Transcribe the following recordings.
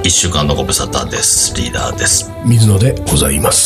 1週間のご無沙汰です。リーダーです。 水野でございます。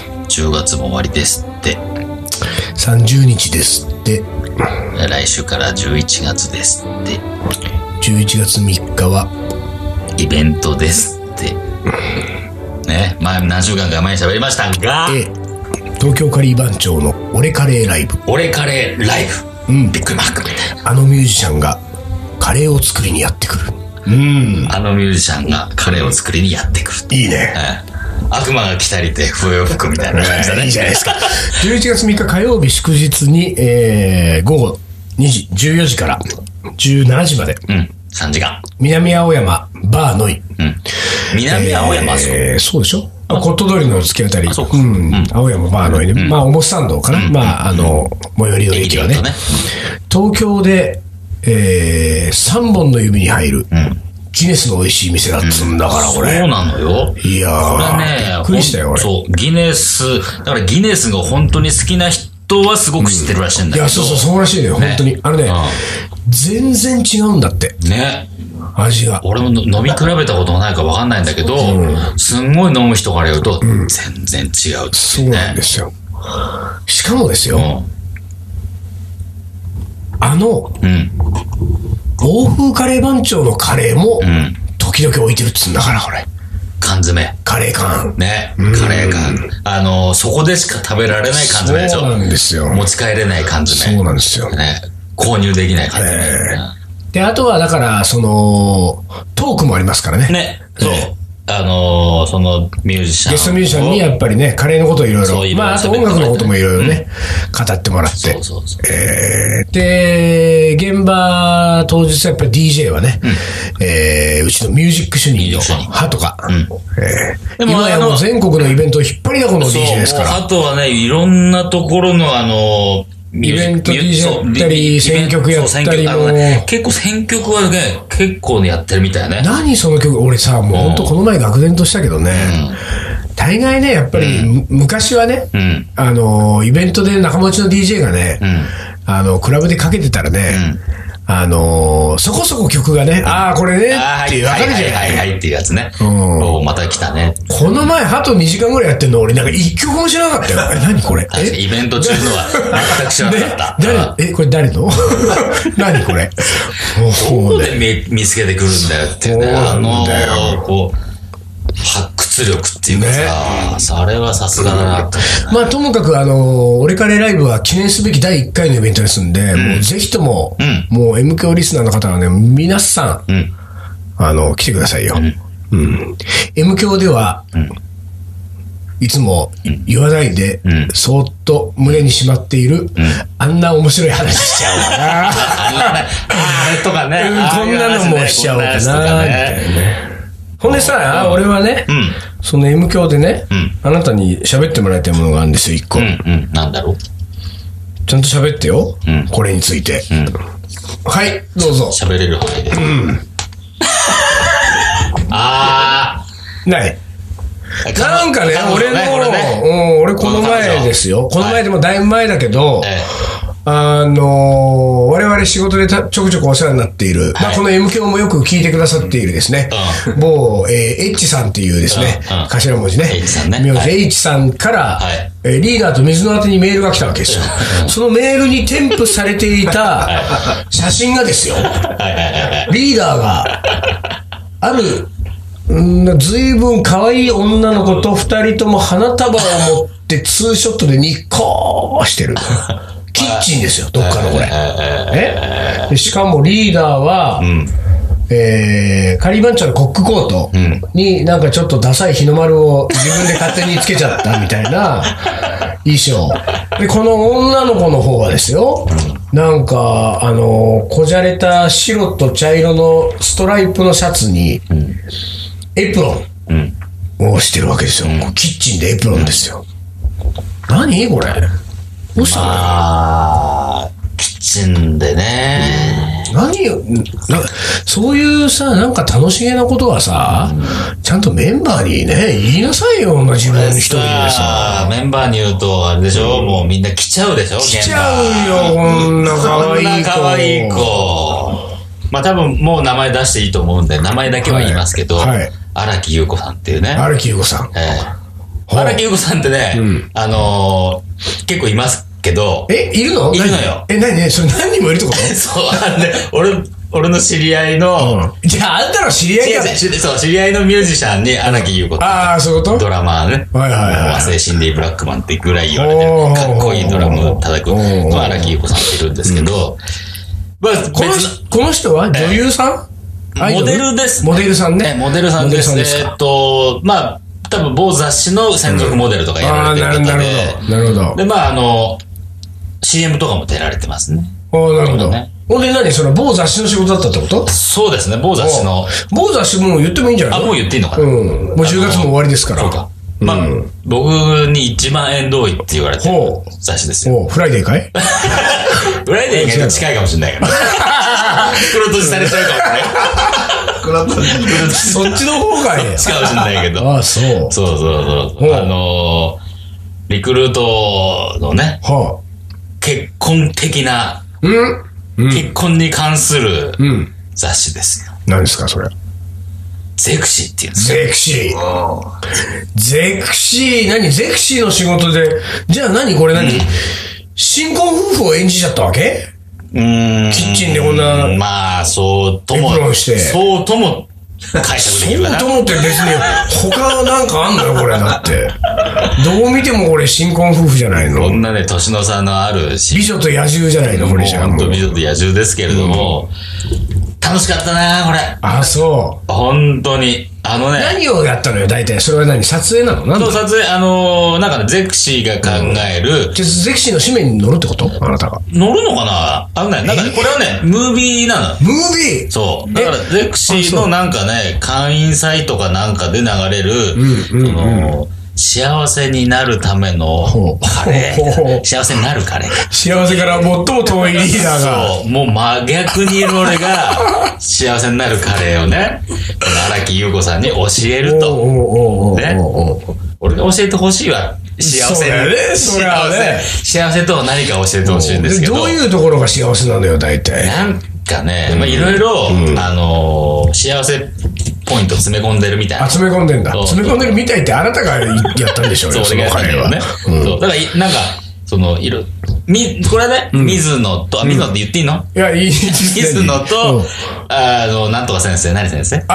10月も終わりですって。 30日ですって。 来週から11月ですって。 11月3日はイベントですって。ね、前何週間か前に喋りましたが、 東京カリー番長の俺カレーライブ。 俺カレーライブ。ビッグマックみたいな。 あのミュージシャンがカレーを作りにやってくる。 あのミュージシャンがカレーを作りにやってくる。 いいね。 悪魔が来たりて笛を吹くみたいな感じだね。 いいじゃないですか。11月3日火曜日祝日に、午後2時、14時から17時まで。 3時間。 南青山バーノイ。 南青山、 そうでしょ。コット通りの突き当たり。青山バーノイね。まあ、表参道かな。まあ、最寄りの駅はね。東京で、3本の指に入る。ギネスの美味しい店だっつんだから、これ。 そうなのよ。 いやー。 これね、 びっくりしたよ、俺。 そう、ギネス、だからギネスが本当に好きな人はすごく知ってるらしいんだけど。 いや、そうらしいのよ、本当に。全然違うんだって。 ね。 味が。 俺も飲み比べたこともないか分かんないんだけど、すんごい飲む人から言うと、全然違う。 そうなんですよ。しかもですよ、欧風カレー番長のカレーも、時々置いてるっつうんだから、これ。 缶詰。 カレー缶。 ね。カレー缶。そこでしか食べられない缶詰でしょ。 そうなんですよ。 持ち帰れない缶詰。 そうなんですよ。 ね。購入できない缶詰。 で、あとはだから、トークもありますからね。 ね。そう。そのミュージシャン。 ゲストミュージシャンにやっぱりね、カレーのことをいろいろ、まあ、あと音楽のこともいろいろね、語ってもらって。で、現場当日やっぱり DJ はね、うちのミュージック主任のハトが、今やもう全国のイベントを引っ張りだこの DJ ですから。 ハトはね、いろんなところのイベント DJ やったり、選曲やったりも。 結構選曲はね、結構やってるみたいね。 何その曲、俺さ、もう本当この前愕然としたけどね、大概ね、やっぱり昔はね、イベントで仲間内の DJ がね、クラブでかけてたらね、そこそこ曲がね、これね、っていうわかるじゃない。 はいっていうやつね。また来たね。 この前、ハト2時間ぐらいやってんの、俺なんか1曲も知らなかったよ。何これ。 イベント中のは全く知らなかった。 これ誰の何これ。 どこで見つけてくるんだよっていうね。発掘力っていうかさ、あれはさすがだなと。 まあ、ともかく俺カレーライブは記念すべき第1回のイベントですんで、もうぜひとも、もう M 響リスナーの方はね、皆さん、来てくださいよ。M 響では、いつも言わないで、そーっと胸にしまっている、あんな面白い話しちゃおうかな。 あれとかね。 こんなのもしちゃおうかな、みたいなね。ほんでさ、俺はね、その M 響でね、あなたに喋ってもらいたいものがあるんですよ、一個。 なんだろう。 ちゃんと喋ってよ、これについて。はい、どうぞ。 喋れる範囲で。 ない。なんかね、俺この前ですよ。この前でもだいぶ前だけど、我々仕事でちょくちょくお世話になっている、この M 響もよく聞いてくださっているですね、某、H さんっていうですね、頭文字ね、名字 H さんから、リーダーと水の宛てにメールが来たわけですよ。そのメールに添付されていた写真がですよ、リーダーが、ある、ずいぶん可愛い女の子と二人とも花束を持ってツーショットでニッコーしてる。キッチンですよ、どっかのこれ。しかもリーダーは、カリー番長のコックコートになんかちょっとダサい日の丸を自分で勝手につけちゃったみたいな衣装。で、この女の子の方はですよ、なんか、こじゃれた白と茶色のストライプのシャツに、エプロンをしてるわけですよ。キッチンでエプロンですよ。何これ。どうしたの？ キッチンでね。 何よ、そういうさ、なんか楽しげなことはさ、ちゃんとメンバーにね、言いなさいよ、自分一人でさ。 メンバーに言うと、あれでしょ、もうみんな来ちゃうでしょ、 来ちゃうよ、こんな可愛い子。 こんな可愛い子。まあ多分もう名前出していいと思うんで、名前だけは言いますけど、 荒木優子さんっていうね。 荒木優子さん。 荒木優子さんってね、結構いますけど。 いるの？ いるのよ。 何それ何人もいるってこと？ そう、俺の知り合いの、 じゃああんたの知り合いか。 そう、知り合いのミュージシャンに荒木優子って。 ああ、そういうこと？ ドラマーね。和製シンディ・ブラックマンってぐらい言われてる。かっこいいドラム叩くの荒木優子さんっているんですけど、 この人は女優さん？ モデルです。 モデルさんね。 モデルさんです。まあ、多分某雑誌の専属モデルとかやられてる方で。 なるほど。 で、まあCM とかも出られてますね。 なるほど。ほんで何その某雑誌の仕事だったってこと？ そうですね、某雑誌の。 某雑誌もう言ってもいいんじゃないの？ もう言っていいのかな？ もう10月も終わりですから。 そうか。まあ、僕に1万円同意って言われてる雑誌ですよ。 フライデーかい？ フライデー意外と近いかもしれないから。袋閉じされちゃうかもしれない。 そっちの方がそっちかもしれないけど。 ああ、そう。 そう。リクルートのね、結婚的な、結婚に関する雑誌ですよ。 何ですか、それ。 ゼクシーって言うんですよ。 ゼクシー。ゼクシー、ゼクシーの仕事で、じゃあこれ新婚夫婦を演じちゃったわけ？キッチンでこんな。 まあ、そうとも。そうとも解釈できるかな。 そうともって別に、他はなんかあんのよ、これだって。どう見てもこれ新婚夫婦じゃないの？ こんなね、年の差のある美女と野獣じゃないの、これじゃん。 ほんと美女と野獣ですけれども、楽しかったなこれ。 あ、そう。 本当に。 何をやったのよ、大体。それは撮影なの？ そう、撮影、なんかね、ゼクシーが考える。 ゼクシーの紙面に乗るってこと？あなたが。 乗るのかな？なんかね、これはね、ムービーなの。 ムービー？ そう。だから、ゼクシーのなんかね、会員サイトかなんかで流れる、幸せになるためのカレー。幸せになるカレー。 幸せから最も遠いリーダーが。 そう。もう真逆にいる俺が幸せになるカレーをね、荒木優子さんに教えると。ね。俺が教えてほしいわ。幸せ。幸せとは何か教えてほしいんですけど。 どういうところが幸せなのよ、大体。 なんかね、いろいろ、幸せポイント詰め込んでるみたいな。 詰め込んでんだ。詰め込んでるみたいってあなたがやったんでしょうよ、 そのカレーはね。そう。だから、なんか、これね、水野と、水野って言っていいの？ いや、いい。 水野と、なんとか先生、何先生？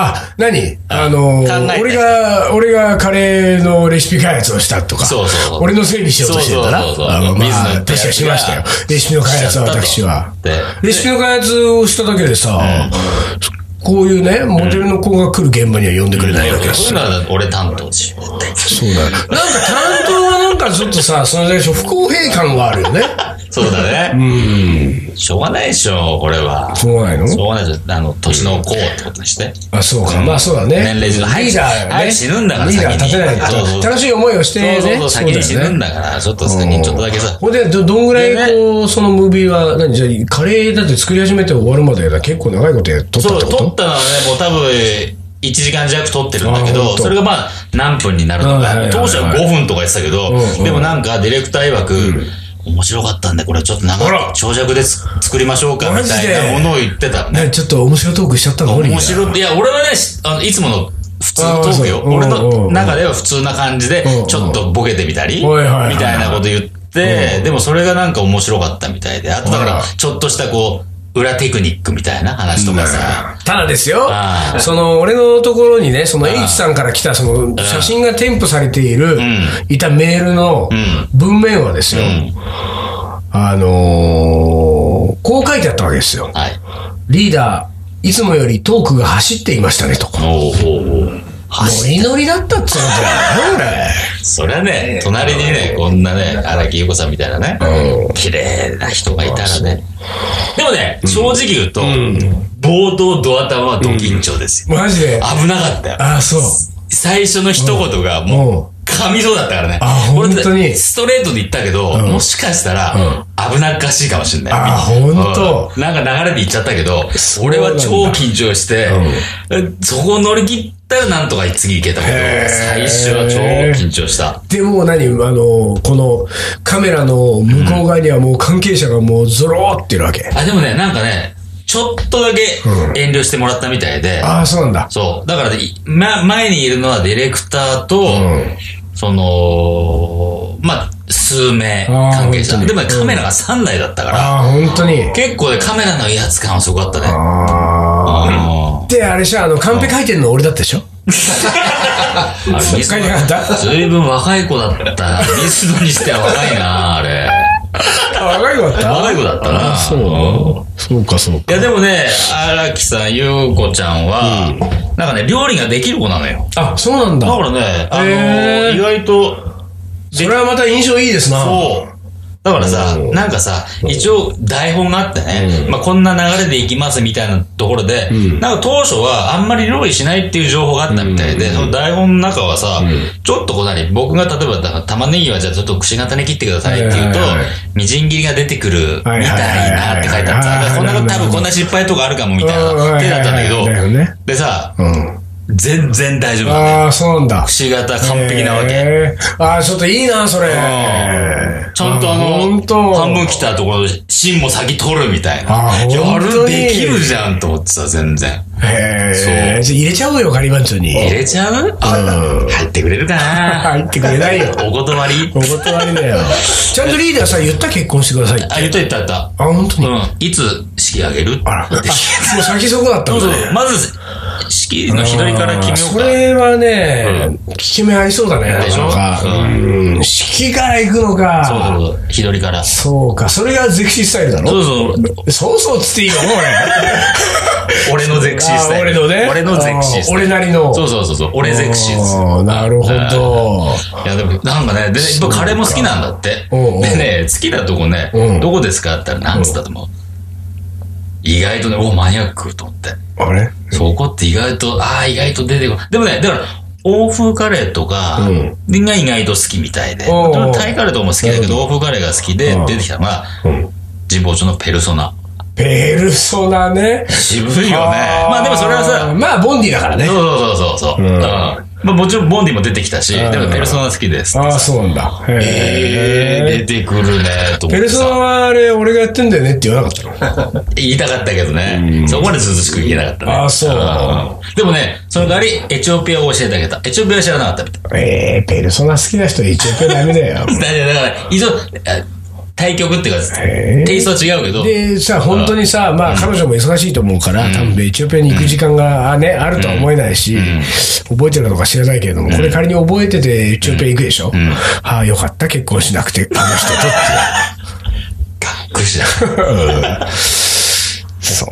俺がカレーのレシピ開発をしたとか。そう。俺のせいにしようとしてたな。水野確かしましたよ。レシピの開発は私は。レシピの開発をしただけでさ、こういうね、モデルの子が来る現場には呼んでくれないわけですよ。 そういうのは俺担当しよう。 そうだよ。なんか担当はなんかちょっとさ、不公平感があるよね。 そうだね。しょうがないでしょ、これは。 しょうがないの？ しょうがないですよ。年の子ってことにして。 あ、そうか。まあそうだね。 年齢上。 リーダー早く死ぬんだから、 リーダー立てないと。楽しい思いをしてね。 そう、先に死ぬんだから、ちょっと先にちょっとだけさ。 ほんで、どんぐらいそのムービーは、じゃあ、カレーだって作り始めて終わるまで結構長いこと撮ったってこと？ そう、撮ったのはね、もう多分、1時間弱撮ってるんだけど、それがまあ、何分になるのか。当初は5分とか言ってたけど、でもなんか、ディレクター曰く、面白かったんで、これちょっと長尺で作りましょうか、みたいなものを言ってた。 ね、ちょっと面白トークしちゃったの？ 面白い。いや、俺はね、いつもの普通のトークよ。俺の中では普通な感じで、ちょっとボケてみたり、みたいなこと言って、でもそれがなんか面白かったみたいで、あとだから、ちょっとした裏テクニックみたいな話とかさ。 ただですよ、俺のところにね、H さんから来た写真が添付されていたメールの文面はですよ、こう書いてあったわけですよ。リーダー、いつもよりトークが走っていましたね、と。ノリノリだったっつうのだよね、 そりゃね、隣にね、こんなね、荒木優子さんみたいなね、綺麗な人がいたらね。でもね、正直言うと、冒頭ドア玉はド緊張ですよ。 マジで危なかったよ。 あ、そう。 最初の一言がもう、噛みそうだったからね。 本当に。 ストレートで言ったけど、もしかしたら、危なっかしいかもしれない。 本当。 なんか流れで言っちゃったけど、俺は超緊張して、そこを乗り切ったらなんとか次行けたけど、最初は超緊張した。 でもこのカメラの向こう側にはもう関係者がもうゾローっているわけ。 でもね、なんかね、 ちょっとだけ遠慮してもらったみたいで。 ああ、そうなんだ。 そう。だから、前にいるのはディレクターと、数名関係者。でもカメラが3台だったから。 ああ、本当に。 結構ね、カメラの威圧感はすごかったね。 で、あれじゃカンペ書いてるの俺だったでしょ書いてなかった？ ずいぶん若い子だった。ミスドにしては若いな、あれ。 若い子だった？ 若い子だったな。 そうか。 いや、でもね、荒木さん、ゆうこちゃんは、なんかね、料理ができる子なのよ。 あ、そうなんだ。 だからね、意外と、 それはまた印象いいですな。 そう。だからさ、なんかさ、一応台本があってね、こんな流れでいきますみたいなところで、なんか当初はあんまり料理しないっていう情報があったみたいで、その台本の中はさ、ちょっと僕が例えば玉ねぎはじゃあちょっとくし形に切ってくださいって言うと、みじん切りが出てくるみたいなって書いてあった。こんなこと多分こんな失敗とかあるかもみたいな手だったんだけど、でさ、全然大丈夫だね。 ああ、そうなんだ。 くし形完璧なわけ。 ああ、ちょっといいな、それ。 ちゃんと半分切ったところで芯も先取るみたいな。できるじゃんと思ってさ、全然。 へえ。じゃ入れちゃおうよ、ガリバンチョに。 入れちゃう？入ってくれるかな？ 入ってくれないよ。 お断り？ お断りだよ。ちゃんとリーダーさ、言った結婚してくださいって。 言った。 あ、本当に？ いつ式あげる？ あら。もう先そこだったんだね。 まず、式の左から決めようか。 それはね、効き目ありそうだね。 でしょ？ 式から行くのか。 そう、左から。 そうか。それがゼクシースタイルだろ？そうつっていいの？ 俺のゼクシースタイル。俺のゼクシースタイル。 俺なりの。 そう。俺ゼクシーです。 なるほど。 いや、でも、なんかね、カレーも好きなんだって。でね、好きなとこね、どこですかって言ったら、なんつったと思う。意外とね、マニアックと思って。 あれ？ そこって意外と出てこない。でもね、だから、欧風カレーとかが意外と好きみたいで。タイカレーとかも好きだけど、欧風カレーが好きで出てきたのが、神保町のペルソナ。 ペルソナね。 渋いよね。まあでもそれはさ、 まあボンディだからね。 そう。まあもちろんボンディも出てきたし、でもペルソナ好きです。 ああ、そうなんだ。 出てくるね、と思って。 ペルソナはあれ、俺がやってんだよねって言わなかったの？言いたかったけどね。そこまで涼しく言えなかったね。 ああ、そう。 でもね、その代わりエチオピアを教えてあげた。エチオピアは知らなかったみたい。 ペルソナ好きな人はエチオピアダメだよ。 だから、以上、対局っていうか、テイストは違うけど。 で、さ、本当にさ、まあ彼女も忙しいと思うから、多分エチオピアに行く時間がね、あるとは思えないし、覚えてるのか知らないけれども、これ仮に覚えててエチオピア行くでしょ？ああ、よかった、結婚しなくて、あの人とって。 がっくりした。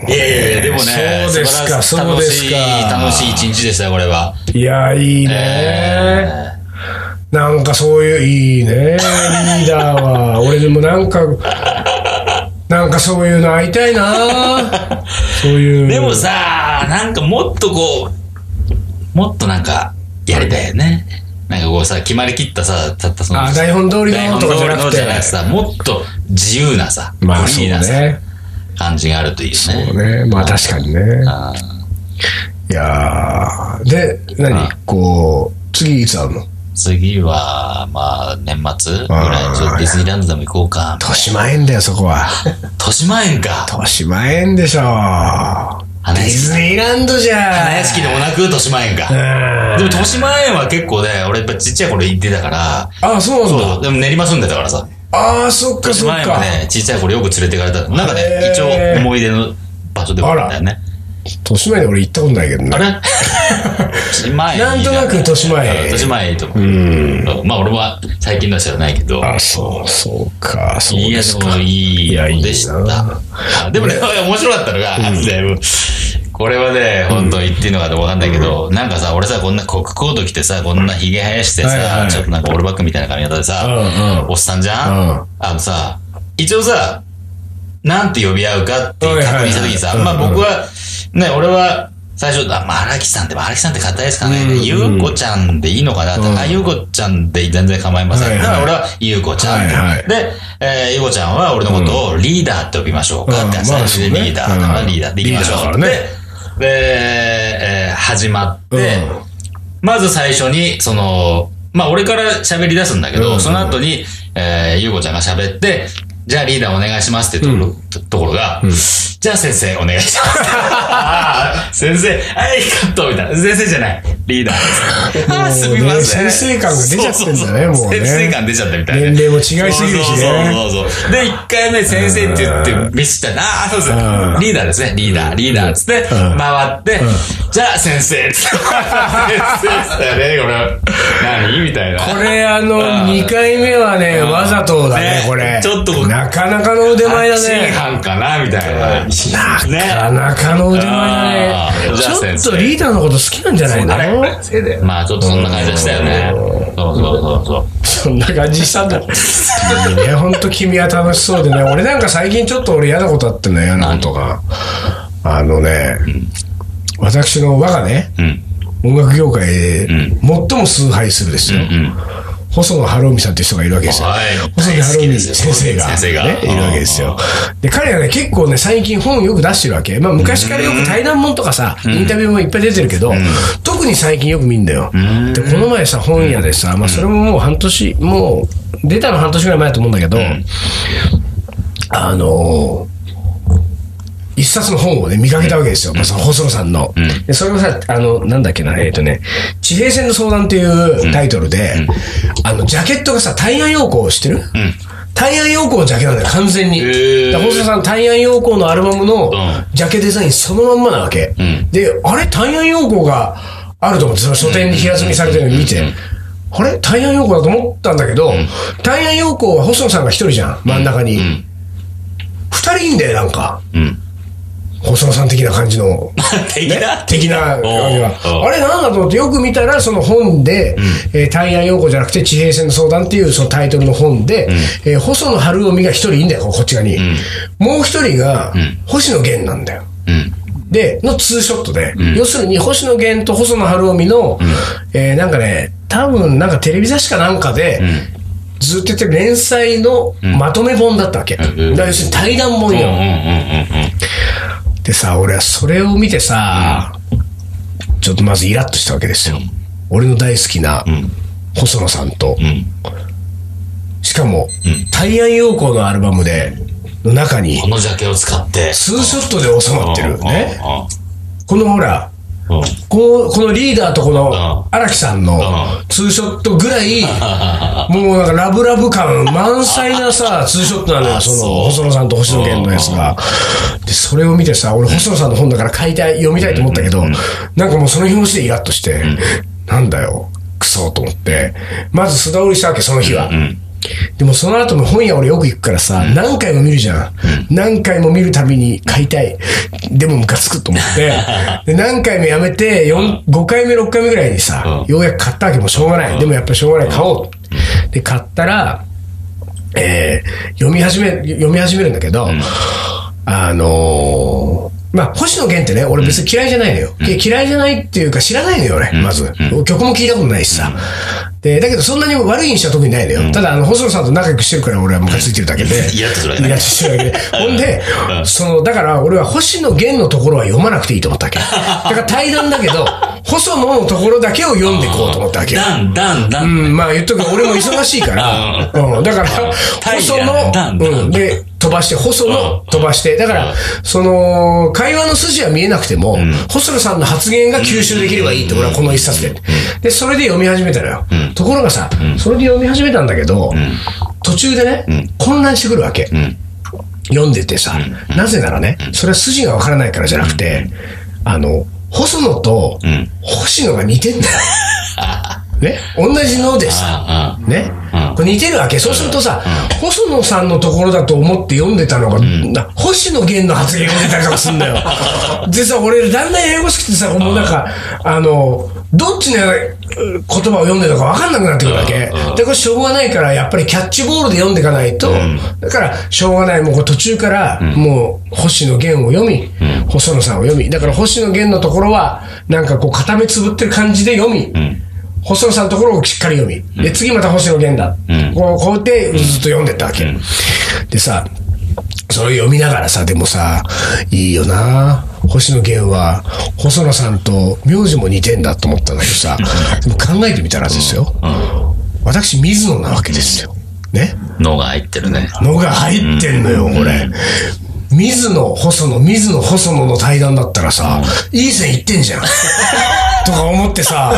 いや、でもね、 そうですか、そうですか。 楽しい一日でしたよ、これは。 いや、いいね。なんかそういう、いいね、リーダーは。俺でもなんかそういうの会いたいな。そういう。 でもさ、なんかもっとなんか、やりたいよね。なんかこうさ、決まりきったさ、たったその。 台本通りのとかじゃなくて。 さ、もっと自由なさ、 まあそうね。 感じがあるというね。 そうね。まあ確かにね。いやー。で、次いつ会うの？ 次は、まあ、年末ぐらい、ちょっとディズニーランドでも行こうか。 豊島園だよ、そこは。 豊島園か。 豊島園でしょ。ディズニーランドじゃん。 花屋敷でもなく豊島園か。でも豊島園は結構ね、俺やっぱちっちゃい頃行ってたから。 あ、そうなんだ。 そう。でも練馬住んでたからさ。 ああ、そっかそっか。 豊島園はね、ちっちゃい頃よく連れてかれた。なんかね、一応思い出の場所でもあるんだよね。 豊島園で俺行ったことないけどね。 あれ豊島園なんとなく豊島園。 豊島園いいと思う。まあ俺は最近のは知らないけど。 あ、そうか、そうですか。 いや、でもいいでした。でもね、面白かったのが、これはね、本当言っていいのかわかんないけど、なんかさ、俺さ、こんなコックコート着てさ、こんな髭生やしてさ、ちょっとなんかオールバックみたいな髪型でさ、おっさんじゃん？さ、一応さ、なんて呼び合うかって確認したときにさ、まあ僕は、ね、俺は、最初、荒木さんって硬いですかね。ゆうこちゃんでいいのかなって、ゆうこちゃんで全然構いません。だから俺はゆうこちゃん。で、ゆうこちゃんは俺のことをリーダーって呼びましょうかって、最初でリーダーだからリーダーでいきましょうって。で、始まって、まず最初に、まあ俺から喋り出すんだけど、その後に、ゆうこちゃんが喋って、 じゃあリーダーお願いしますってところが、じゃあ先生お願いします。先生、はい、カットみたいな。先生じゃない。リーダー。すみません。 先生感が出ちゃってんだね、もうね。 先生感出ちゃったみたいな。 年齢も違いすぎるしね。 そう。で、1回目先生って言ってミスったな。そうです。リーダーですね。リーダーつって、回って、じゃあ先生。先生だね、これ。何みたいな。 これ2回目はね、わざとだね、これ。 ちょっとなかなかの腕前だね。 真犯かなみたいな。 なかなかの腕前だね。ちょっとリーダーのこと好きなんじゃないの？ まあちょっとそんな感じでしたよね。そう。 そんな感じしたんだ。いいね、ほんと君は楽しそうでね。俺なんか最近ちょっと嫌なことあってんの、嫌なことが。私の我がね、音楽業界で最も崇拝するですよ。細野晴臣さんっていう人がいるわけですよ。細野晴臣先生がね、いるわけですよ。で、彼はね、結構ね、最近本をよく出してるわけ。まあ、昔からよく対談本とかさ、インタビューもいっぱい出てるけど、特に最近よく見んだよ。で、この前さ、本屋でさ、まあ、それももう半年、もう、出たの半年ぐらい前だと思うんだけど、一冊の本をね、見かけたわけですよ。まあ、その細野さんの。で、それをさ、なんだっけな、地平線の相談っていうタイトルで、ジャケットがさ、大安陽光知ってる？大安陽光のジャケなんだよ、完全に。細野さん、大安陽光のアルバムのジャケデザインそのまんまなわけ。で、あれ、大安陽光があると思って、その書店に平積みされてるのを見て、あれ大安陽光だと思ったんだけど、大安陽光は細野さんが一人じゃん、真ん中に。二人いんだよ、なんか。細野さん的な感じの的な感じがあれなんだと思ってよく見たらその本で大安陽光じゃなくて地平線の相談っていうそのタイトルの本で細野晴臣が一人いいんだよこっち側にもう一人が星野源なんだよでのツーショットで要するに星野源と細野晴臣のなんかね多分なんかテレビ雑誌かなんかでずっと言ってる連載のまとめ本だったわけだから要するに対談本よでさ、俺はそれを見てさ、ちょっとまずイラッとしたわけですよ。俺の大好きな細野さんと、しかも、大安陽光のアルバムで、の中に、 このジャケを使って、 ツーショットで収まってるね。このほら、このリーダーとこの荒木さんのツーショットぐらいもうなんかラブラブ感満載なさツーショットなのよその細野さんと星野源のやつがでそれを見てさ俺細野さんの本だから読みたいと思ったけどなんかもうその表紙でイラッとしてなんだよクソと思ってまず素通りしたわけその日はでもその後も本屋俺よく行くからさ、何回も見るじゃん。何回も見るたびに買いたい。でもムカつくと思って。で何回もやめて、5回目、6回目ぐらいにさ、ようやく買ったわけもしょうがない。でもやっぱりしょうがない。買おう。で、買ったら、読み始めるんだけど、まあ、星野源ってね、俺別に嫌いじゃないのよ。嫌いじゃないっていうか知らないのよ、俺、まず。曲も聞いたことないしさ。で、だけどそんなに悪い印象は特にないのよ。ただ、細野さんと仲良くしてるから俺はムカついてるだけで。 イラッとするわけね。 イラッとしてるだけで。ほんで、だから俺は星野源のところは読まなくていいと思ったわけ。だから対談だけど、細野のところだけを読んでいこうと思ったわけよ。まあ言っとくけど、俺も忙しいから、だから、細野、で、飛ばして、細野飛ばして、だから、会話の筋は見えなくても、細野さんの発言が吸収できればいいって、俺はこの一冊で。で、それで読み始めたのよ。ところがさ、それで読み始めたんだけど、途中でね、混乱してくるわけ。読んでてさ、なぜならね、それは筋がわからないからじゃなくて、細野と星野が似てんだよ。ね、同じのでさ、ね、これ似てるわけ。そうするとさ、細野さんのところだと思って読んでたのが、星野源の発言を読んでたりとかすんだよ。でさ、俺だんだんややこしくてさ、もうなんか、どっちの言葉を読んでるのか分かんなくなってくるわけ。で、これしょうがないから、やっぱりキャッチボールで読んでいかないと、だから、しょうがない、もう途中から、もう、星野源を読み、細野さんを読み、だから星野源のところは、なんかこう、固めつぶってる感じで読み、細野さんのところをしっかり読み。で、次また星野源だ。こうやってずっと読んでったわけ。でさ、それを読みながらさ、でもさ、いいよな星野源は、細野さんと名字も似てんだと思ったんだけどさ、でも考えてみたらですよ。私、水野なわけですよ。 ね。 脳が入ってるね。 脳が入ってんのよ、これ。水野細野の対談だったらさ、いい線いってんじゃん。とか思ってさ、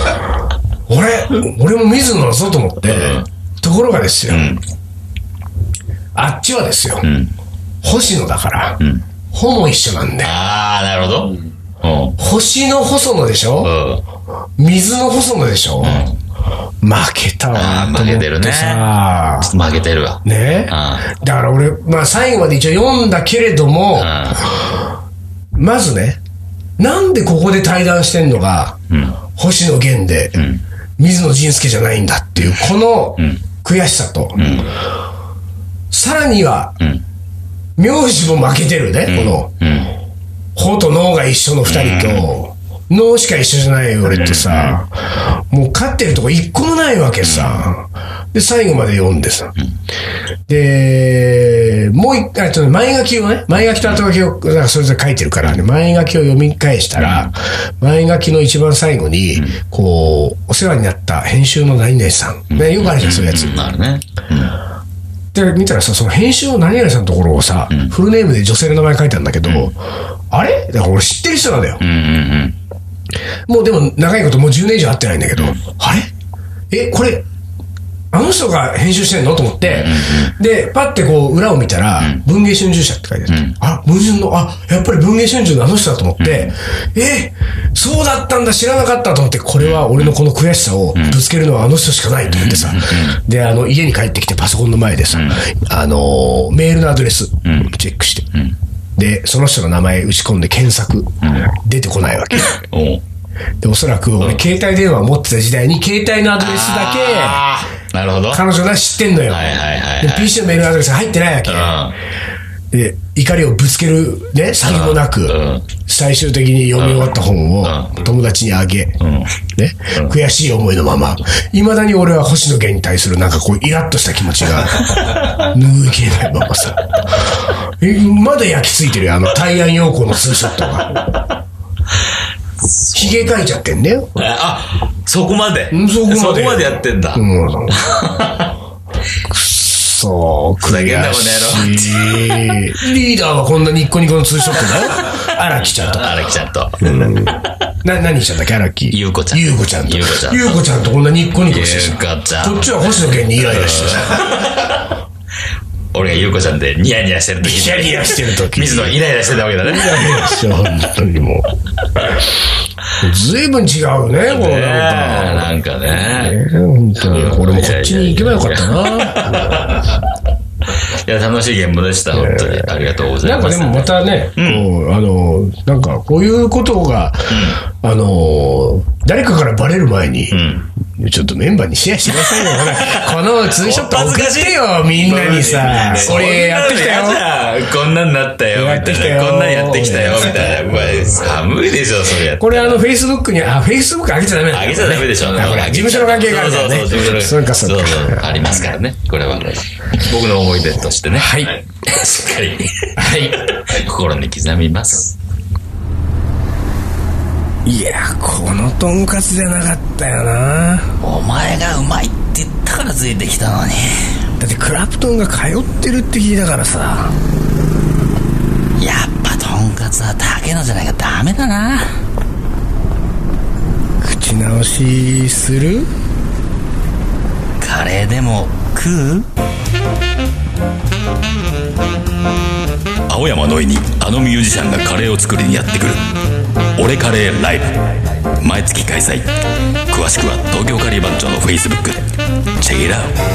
俺も水野だぞと思って、ところがですよ、あっちはですよ、星野だから、ほも一緒なんだよ。 ああ、なるほど。 星の細野でしょ、水の細野でしょ、負けたわ。 負けてるね。負けてるわ。 ね。だから俺、まあ最後まで一応読んだけれども、まずね、なんでここで対談してんのが、星野源で、水野仁介じゃないんだっていう、この悔しさと、さらには、名字も負けてるね、この、ほと脳が一緒の二人と、脳しか一緒じゃない俺ってさ、もう勝ってるとこ一個もないわけさ。で、最後まで読んでさ。で、もう一回、前書きをね、前書きと後書きを、それぞれ書いてるからね、前書きを読み返したら、前書きの一番最後に、こう、お世話になった編集の何々さん。ね、よくあるじゃん、そういうやつ。 あるね。 で、見たらさ、その編集の何々さんのところをさ、フルネームで女性の名前書いてあるんだけど、あれだから俺知ってる人なんだよ。もうでも長いこともう10年以上会ってないんだけど、あれこれ、あの人が編集してんのと思って、で、パッてこう裏を見たら、文藝春秋社って書いてあって、文春の、やっぱり文藝春秋のあの人だと思って、そうだったんだ、知らなかったと思って、これは俺のこの悔しさをぶつけるのはあの人しかないと思ってさ、で、家に帰ってきてパソコンの前でさ、メールのアドレスチェックして、で、その人の名前打ち込んで検索、出てこないわけ。で、おそらく俺、携帯電話を持ってた時代に、携帯のアドレスだけ、 なるほど。 彼女が知ってんのよ。で、PC のメールアドレスが入ってないわけ。で、怒りをぶつけるね、先もなく、最終的に読み終わった本を友達にあげ、ね、悔しい思いのまま、未だに俺は星野源に対するなんかこう、イラッとした気持ちが、拭いきれないままさ。まだ焼き付いてるよ、大安陽光のツーショットが。ひげ描いちゃってんだよ。 そこまでそこまでやってんだ。 くっそー、悔しい。リーダーはこんなニッコニコのツーショットだよ。荒木ちゃんと。何しちゃったっけ、荒木。 ゆうこちゃん。 ゆうこちゃんとこんなニッコニコしてさ。こっちは星野源にイライラしてさ。 俺がゆうこちゃんでニヤニヤしてる時。 ニヤニヤしてる時。 水野イライラしてたわけだね。 イライラして本当にもう。ずいぶん違うね、このなんかね。 本当に。俺もこっちに行けばよかったな。 いや、楽しい現場でした、本当に。ありがとうございます。 なんかでもまたね、なんかこういうことが、誰かからバレる前に、ちょっとメンバーにシェアしてくださいよ。このツーショット送ってよ、みんなにさ。俺やってきたよ。 こんなんなったよ、みたいな。こんなんやってきたよ、みたいな。寒いでしょ、それやって。 これFacebook に、Facebook 上げちゃダメだ。 上げちゃダメでしょ。 事務所の関係があるからね。 そうありますからね、これは。僕の思い出としてね。 はい。 しっかり。はい。心に刻みます。 いや、このとんかつじゃなかったよな。 お前がうまいって言ったからついてきたのに。 だってクラプトンが通ってるって聞いたからさ。 やっぱとんかつは竹野じゃないかダメだな。 口直しする？ カレーでも食う？青山のいにあのミュージシャンがカレーを作りにやってくる。俺カレーライブ毎月開催。詳しくは東京カリー番長の Facebook でチェックイットアウト。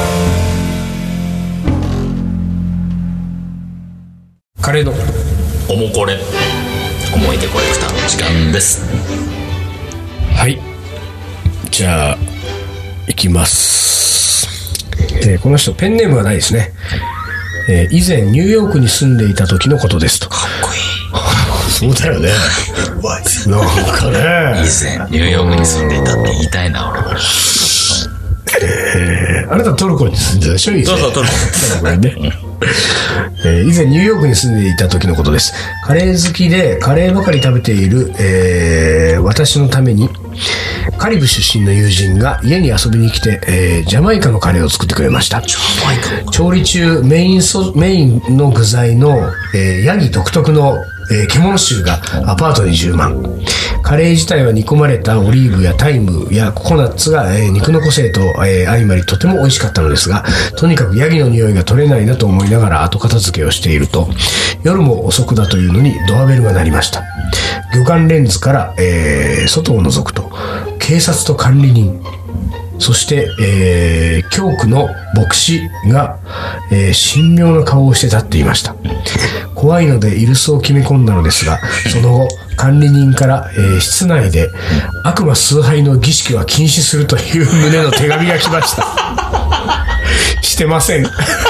カレーのおもこれ思い出コレクターの時間です。 はい、じゃあいきます。この人ペンネームはないですね。以前ニューヨークに住んでいた時のことですと。 かっこいい。 そうだよね。なんかね。 以前ニューヨークに住んでいたって言いたいな、俺は。 あなたトルコに住んでたでしょ、以前。 そうトルコね。以前ニューヨークに住んでいた時のことです。カレー好きでカレーばかり食べている、私のためにカリブ出身の友人が家に遊びに来て、ジャマイカのカレーを作ってくれました。調理中、メインの具材の、ヤギ独特の、獣臭がアパートに充満。カレー自体は煮込まれたオリーブやタイムやココナッツが、肉の個性と、相まりとても美味しかったのですが、とにかくヤギの匂いが取れないなと思いながら後片付けをしていると、夜も遅くだというのにドアベルが鳴りました。魚眼レンズから、外を覗くと、警察と管理人、そして、教区の牧師が、神妙な顔をして立っていました。怖いので居留守を決め込んだのですが、その後、管理人から、室内で悪魔崇拝の儀式は禁止するという旨の手紙が来ました。してません。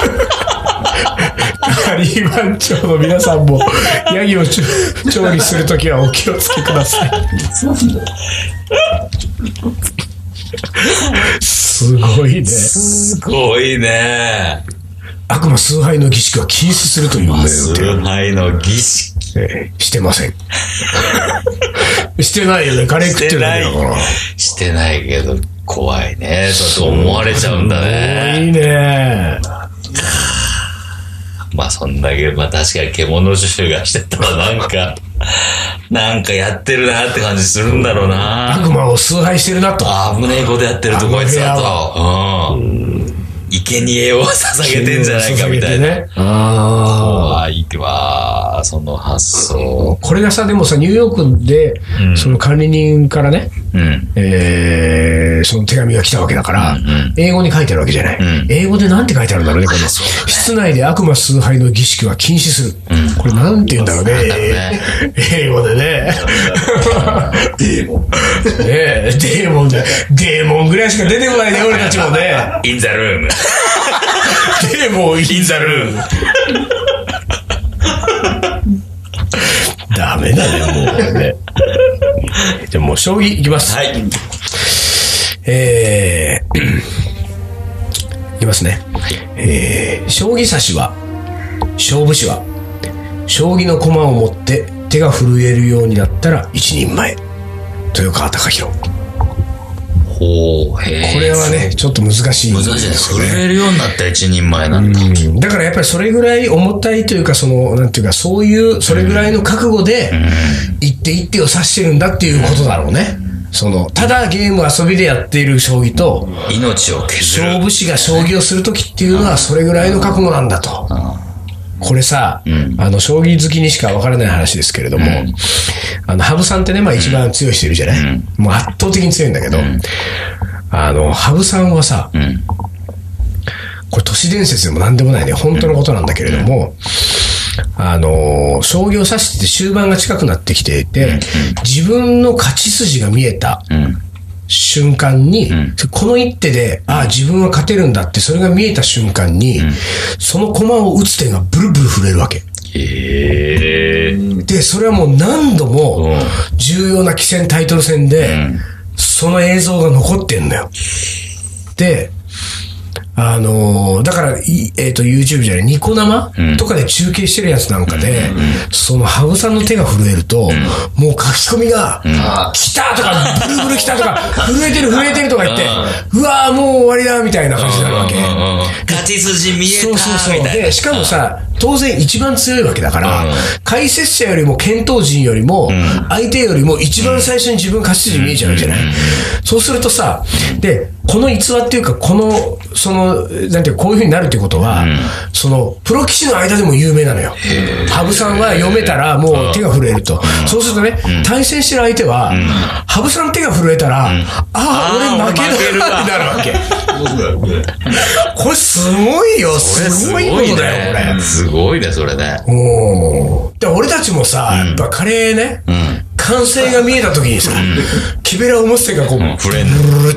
カリー番長の皆さんもヤギを調理するときはお気をつけください。すごいね。 すごいね。 悪魔崇拝の儀式は禁止するという旨の手紙。 崇拝の儀式、 してません。してないよね。カレー食ってないよ。 してないけど怖いね。そう思われちゃうんだね。 いいね。 まあそんだけ、まあ確かに獣臭がしてたらなんかやってるなって感じするんだろうな。 悪魔を崇拝してるなと。 危ねえことやってるとこいつだと。生贄を捧げてんじゃないかみたいな。怖いわ、その発想。 これがさ、でもさ、ニューヨークで、その管理人からね、その手紙が来たわけだから、英語に書いてあるわけじゃない。英語でなんて書いてあるんだろうね、この。室内で悪魔崇拝の儀式は禁止する。これなんて言うんだろうね。英語でね。 デーモン。 デーモンで。デーモンぐらいしか出てこないね、俺たちもね。 インザルーム。 デーモンインザルーム。ダメだね、もうね。じゃあもう将棋いきます。 はい。 いきますね。将棋指しは、勝負師は、将棋の駒を持って手が震えるようになったら一人前。豊川孝弘。 これはね、ちょっと難しいですね。難しいです。震えるようになったら一人前なんだ。 だからやっぱりそれぐらい重たいというか、その、なんていうか、そういう、それぐらいの覚悟で、一手一手を指してるんだっていうことだろうね。その、ただゲーム遊びでやっている将棋と、 命を削る。 勝負師が将棋をするときっていうのは、それぐらいの覚悟なんだと。これさ、将棋好きにしかわからない話ですけれども、羽生さんってね、まあ一番強い人いるじゃない、もう圧倒的に強いんだけど、羽生さんはさ、これ都市伝説でも何でもないね、本当のことなんだけれども、将棋を指してて終盤が近くなってきていて、自分の勝ち筋が見えた瞬間に、この一手で、自分は勝てるんだって、それが見えた瞬間に、その駒を打つ手がブルブル震えるわけ。で、それはもう何度も重要な棋戦タイトル戦で、その映像が残ってんだよ。で、だから、YouTube じゃない、ニコ生とかで中継してるやつなんかで、その羽生さんの手が震えると、もう書き込みが、来たとか、ブルブル来たとか、震えてるとか言って、うわーもう終わりだみたいな感じになるわけ。 勝ち筋見えたみたいな。 で、しかもさ、当然一番強いわけだから、解説者よりも検討陣よりも、相手よりも一番最初に自分勝ち筋見えちゃうじゃない。そうするとさ、で、この逸話っていうか、なんていうか、こういう風になるってことは、プロ棋士の間でも有名なのよ。羽生さんは読めたらもう手が震えると。そうするとね、対戦してる相手は、羽生さん手が震えたら、俺負けるなってなるわけ。これすごいよ、すごいことだよ、これ。 すごいね、それね。 で、俺たちもさ、やっぱカレーね、完成が見えた時にさ、木べらを持つ手がこう、 震えんの。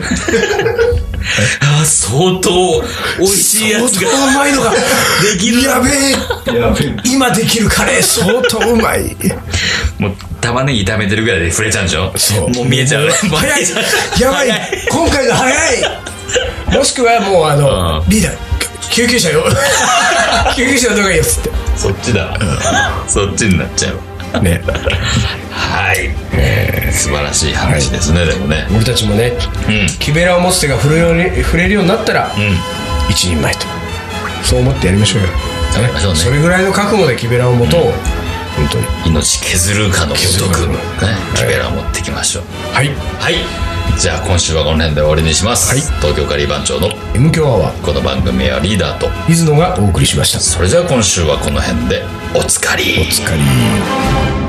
相当美味しいやつが相当うまいのができる。やべえ今できるカレー相当うまい。 もう玉ねぎ炒めてるぐらいで触れちゃうんでしょ。そうもう見えちゃう。 早いやばい今回が早い。もしくはもうリーダー救急車よ救急車の方がいいよっつってそっちだ、そっちになっちゃう。 ね。 はい。素晴らしい話ですね、でもね。 俺たちもね、木べらを持つ手が触れるようになったら、一人前と。そう思ってやりましょうよ。やりましょうね。それぐらいの覚悟で木べらを持とう。本当に。 命削るかのごとく、木べらを持っていきましょう。 はい。 はい。じゃあ今週はこの辺で終わりにします。東京カリー番長の M 強アワー。 この番組はリーダーと水野がお送りしました。 それじゃあ今週はこの辺でおつかり。 おつかり。